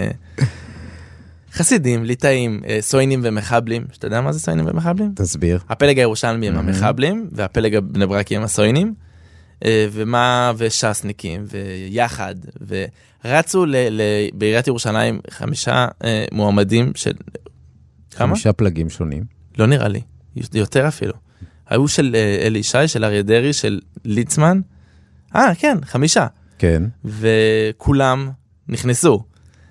חסידים, ליטאים, סוינים ומחבלים. שאתה יודע מה זה סוינים ומחבלים? תסביר. הפלג הירושלמי הם המחבלים, והפלג הבני ברקי הם הסוינים, ומה, ושסניקים, ויחד, ורצו בעיריית ירושלים חמישה מועמדים של... כמה? חמישה פלגים שונים. לא נראה לי, יותר אפילו. היו של אלי ישי, של אריה דרעי, של ליצמן. אה, כן, חמישה. כן. וכולם נכנסו.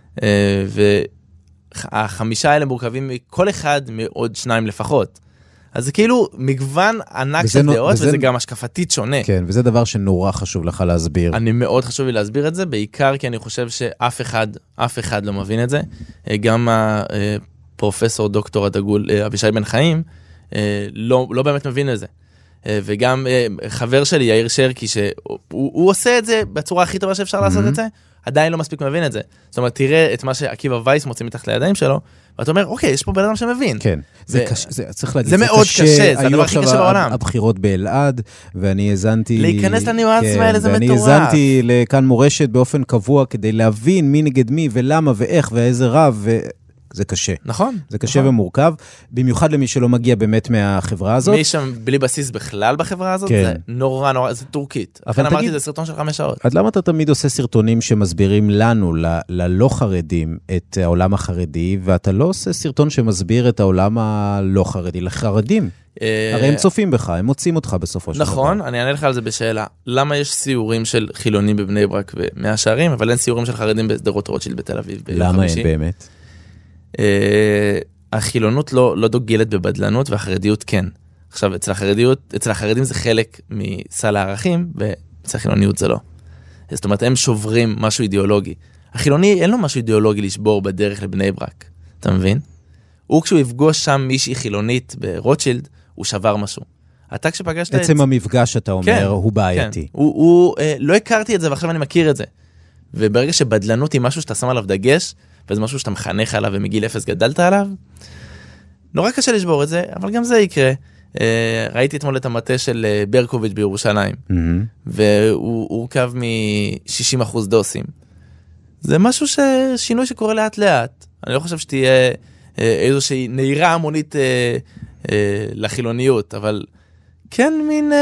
והחמישה האלה מורכבים מכל אחד מעוד שניים לפחות. אז זה כאילו מגוון ענק של דעות, וזה גם השקפתית שונה. כן, וזה דבר שנורא חשוב לך להסביר. אני מאוד חשוב לי להסביר את זה, בעיקר כי אני חושב שאף אחד, אף אחד לא מבין את זה. גם הפרופסור דוקטור הדגול אבישי בן חיים, לא, לא באמת מבין את זה. וגם חבר שלי, יאיר שרקי, שהוא הוא עושה את זה בצורה הכי טובה שאפשר לעשות את זה, עדיין לא מספיק מבין את זה. זאת אומרת, תראה את מה שעקיבא וייס מוצא מתחת לידיים שלו, ואתה אומר, אוקיי, יש פה בן אדם שמבין. כן, זה קשה, זה צריך להגיד, זה מאוד קשה, זה הדבר הכי קשה בעולם. הבחירות באלעד, ואני האזנתי... להיכנס לניואנסים האלה, זה מטורף. ואני האזנתי לכאן מורשת באופן קבוע, כדי להבין מי נגד מי, ולמה, ואיך, ואיזה רב, ו... זה קשה. נכון. זה קשה נכון. ומורכב, במיוחד למי שלא מגיע באמת מהחברה הזאת. מי שם בלי בסיס בכלל בחברה הזאת, כן. זה נורא נורא, זה טורקית. לכן אמרתי, תגיד, זה סרטון של חמש שעות. אז למה אתה תמיד עושה סרטונים שמסבירים לנו, ל- ללא חרדים, את העולם החרדי, ואתה לא עושה סרטון שמסביר את העולם הלא חרדי, לחרדים? הרי הם צופים בך, הם מוצאים אותך בסופו של דבר. נכון, אני אענה לך על זה בשאלה. למה יש סיורים של חילונים בבני ברק ומאה שערים, אבל אין סיורים של חרדים בשדרות רוטשילד בתל אביב? למה אין באמת? Uh, החילונות לא, לא דוגלת בבדלנות, והחרדיות כן. עכשיו, אצל החרדיות, אצל החרדים זה חלק מסל הערכים, ואצל החילוניות זה לא. זאת אומרת, הם שוברים משהו אידיאולוגי. החילוני, אין לו משהו אידיאולוגי לשבור בדרך לבני ברק. אתה מבין? הוא, כשהוא יפגוש שם מישהי חילונית ברוטשילד, הוא שבר משהו. אתה כשפגשת... עצם את... המפגש, אתה אומר, כן, הוא בעייתי. כן. הוא, הוא, uh, לא הכרתי את זה, ועכשיו אני מכיר את זה. וברגע שבדלנות היא משהו שאתה שם עליו דגש, וזה משהו שאתה מחנך עליו ומגיל אפס גדלת עליו, נורא קשה לשבור את זה, אבל גם זה יקרה. ראיתי אתמול את המטה של ברקוביץ' בירושלים, והוא הורכב מ-שישים אחוז דוסים. זה משהו ששינוי שקורה לאט לאט. אני לא חושב שתהיה איזושהי נהירה המונית לחילוניות, אבל כן מין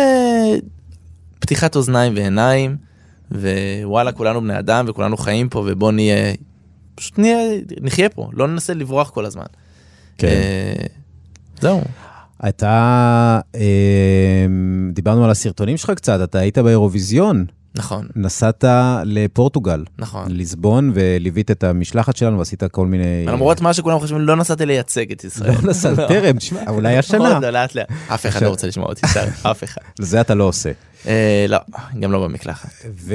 פתיחת אוזניים ועיניים, ווואלה, כולנו בני אדם וכולנו חיים פה, ובוא נהיה... פשוט נחיה פה, לא ננסה לברוח כל הזמן. כן. זהו. אתה, דיברנו על הסרטונים שלך קצת, אתה היית באירוויזיון. נכון. נסעת לפורטוגל. נכון. ליסבון, וליווית את המשלחת שלנו, ועשית כל מיני... למרות מה שכולם חושבים, לא נסעתי לייצג את ישראל. לא נסעת, תרם, תשמע, אולי השנה. לאט לאט. אף אחד לא רוצה לשמוע אותי, אף אחד. לזה אתה לא עושה. לא, גם לא במקלחת.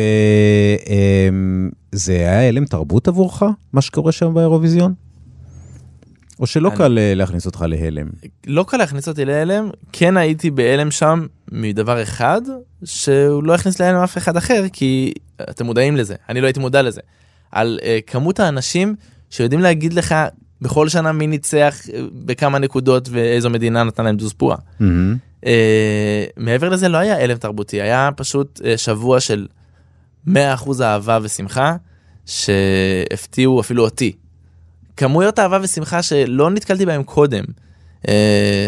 וזה היה הלם תרבות עבורך, מה שקורה שם באירוויזיון? או שלא קל להכניס אותך להלם? לא קל להכניס אותי להלם, כן הייתי בהלם שם מדבר אחד, שהוא לא הכניס להלם אף אחד אחר, כי אתם מודעים לזה, אני לא הייתי מודע לזה. על כמות האנשים שיודעים להגיד לך בכל שנה מי ניצח בכמה נקודות ואיזו מדינה נתנה להם דוז פועה. מעבר לזה לא היה הלם תרבותי, היה פשוט שבוע של מאה אחוז אהבה ושמחה, שהפתיעו אפילו אותי. כמויות אהבה ושמחה שלא נתקלתי בהם קודם,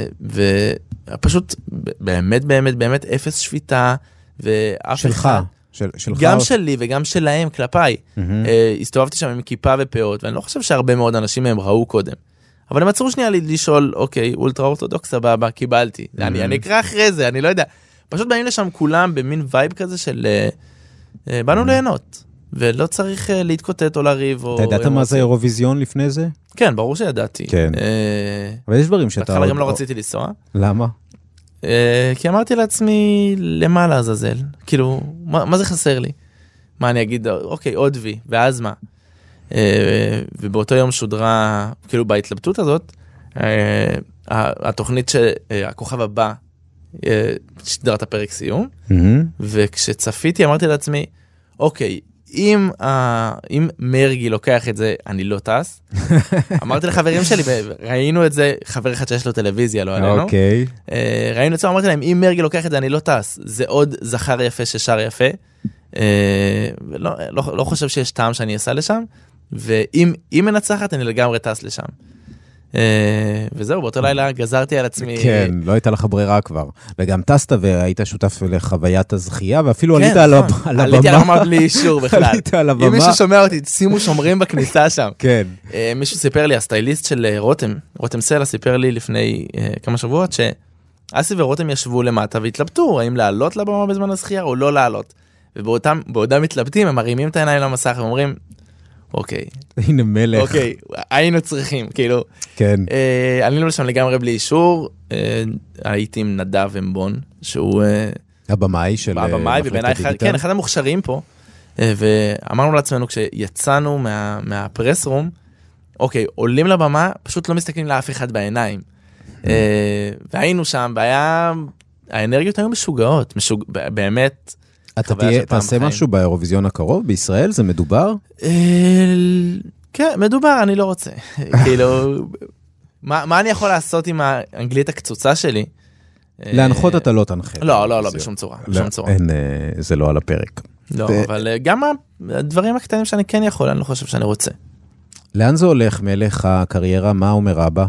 ופשוט באמת באמת באמת אפס שפיטה, שלך, של, שלך גם או... שלי וגם שלהם כלפיי. Mm-hmm. הסתובבתי שם עם כיפה ופאות, ואני לא חושב שהרבה מאוד אנשים מהם ראו קודם. אבל הם עצרו שנייה לי לשאול, אוקיי, אולטרה אורתודוקס, סבבה, קיבלתי. Mm-hmm. אני, אני אקרא אחרי זה, אני לא יודע. פשוט באים לשם כולם במין וייב כזה של... באנו mm-hmm. ליהנות. ולא צריך להתקוטט או לריב. אתה ידעת מה זה אירוויזיון לפני זה? כן, ברור שידעתי. כן. אבל יש דברים שאתה... בהתחלה גם לא רציתי לנסוע. למה? כי אמרתי לעצמי, למה לעזאזל? כאילו, מה זה חסר לי? מה אני אגיד, אוקיי, עוד וי, ואז מה? ובאותו יום שודרה, כאילו בהתלבטות הזאת, התוכנית שהכוכב הבא שדרה את הפרק סיום, וכשצפיתי אמרתי לעצמי, אוקיי, אם, uh, אם מרגי לוקח את זה, אני לא טס. אמרתי לחברים שלי, ראינו את זה, חבר אחד שיש לו טלוויזיה, לא עלינו. אוקיי. Uh, ראינו את זה, אמרתי להם, אם מרגי לוקח את זה, אני לא טס. זה עוד זכר יפה ששר יפה. Uh, לא, לא, לא חושב שיש טעם שאני אסע לשם, ואם אם מנצחת, אני לגמרי טס לשם. וזהו, באותו לילה גזרתי על עצמי... כן, לא הייתה לך ברירה כבר. וגם טסת והיית שותף לחוויית הזכייה, ואפילו עלית על הבמה. עליתי על הבמה בלי אישור בכלל. עלית על הבמה. אם מישהו שומע אותי, שימו שומרים בכניסה שם. כן. מישהו סיפר לי, הסטייליסט של רותם, רותם סלע, סיפר לי לפני כמה שבועות, שאסי ורותם ישבו למטה והתלבטו, האם לעלות לבמה בזמן הזכייה או לא לעלות. ובעודם מתלבטים, הם מרימים את העיניים למסך ואומרים, אוקיי. הנה מלך. אוקיי, היינו צריכים, כאילו. כן. עלינו לשם לגמרי בלי אישור, הייתי עם נדב אמבון, שהוא... הבמאי של... הבמאי, ובעיניי, כן, אחד המוכשרים פה, ואמרנו לעצמנו, כשיצאנו מהפרס רום, אוקיי, עולים לבמה, פשוט לא מסתכלים לאף אחד בעיניים. והיינו שם, והיה... האנרגיות היו משוגעות, באמת... אתה תעשה משהו באירוויזיון הקרוב בישראל? זה מדובר? כן, מדובר, אני לא רוצה. כאילו, מה אני יכול לעשות עם האנגלית הקצוצה שלי? להנחות אתה לא תנחה. לא, לא, לא, בשום צורה. זה לא על הפרק. לא, אבל גם הדברים הקטנים שאני כן יכול, אני לא חושב שאני רוצה. לאן זה הולך מלך הקריירה? מה אומר אבא?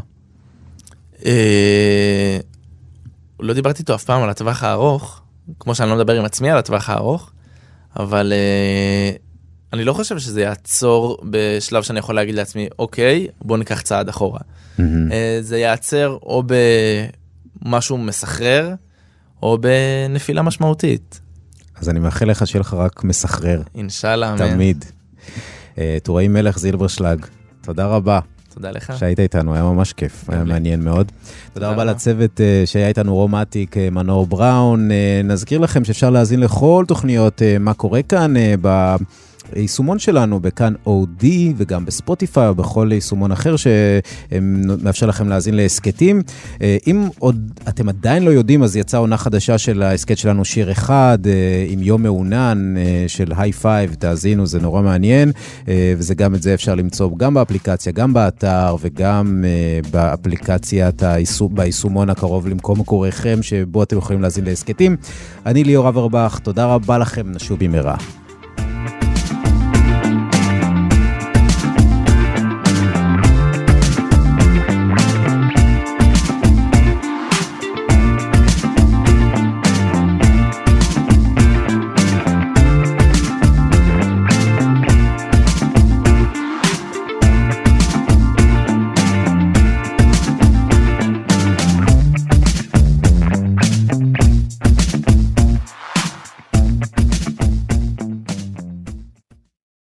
לא דיברתי איתו אף פעם על הטווח הארוך, כמו שאני לא מדבר עם עצמי על הטווח הארוך, אבל uh, אני לא חושב שזה יעצור בשלב שאני יכול להגיד לעצמי, אוקיי, בוא ניקח צעד אחורה. Mm-hmm. Uh, זה יעצר או במשהו מסחרר, או בנפילה משמעותית. אז אני מאחל לך שיהיה לך רק מסחרר. אינשאללה, אמן. תמיד. Uh, תוראי מלך זילברשלג, תודה רבה. תודה לך. שהיית איתנו, היה ממש כיף, היה מעניין מאוד. תודה רבה לצוות שהיה איתנו רומטיק, מנור בראון. נזכיר לכם שאפשר להאזין לכל תוכניות מה קורה כאן ביישומון שלנו, בכאן אודי, וגם בספוטיפיי, או בכל יישומון אחר שמאפשר לכם להאזין להסקטים. אם עוד אתם עדיין לא יודעים, אז יצאה עונה חדשה של ההסקט שלנו, שיר אחד, עם יום מעונן של היי פייב, תאזינו, זה נורא מעניין, וזה גם את זה אפשר למצוא גם באפליקציה, גם באתר, וגם באפליקציית, ביישומון הקרוב למקום מקוריכם, שבו אתם יכולים להאזין להסקטים. אני ליאור אברבך, תודה רבה לכם, נשוב במהרה.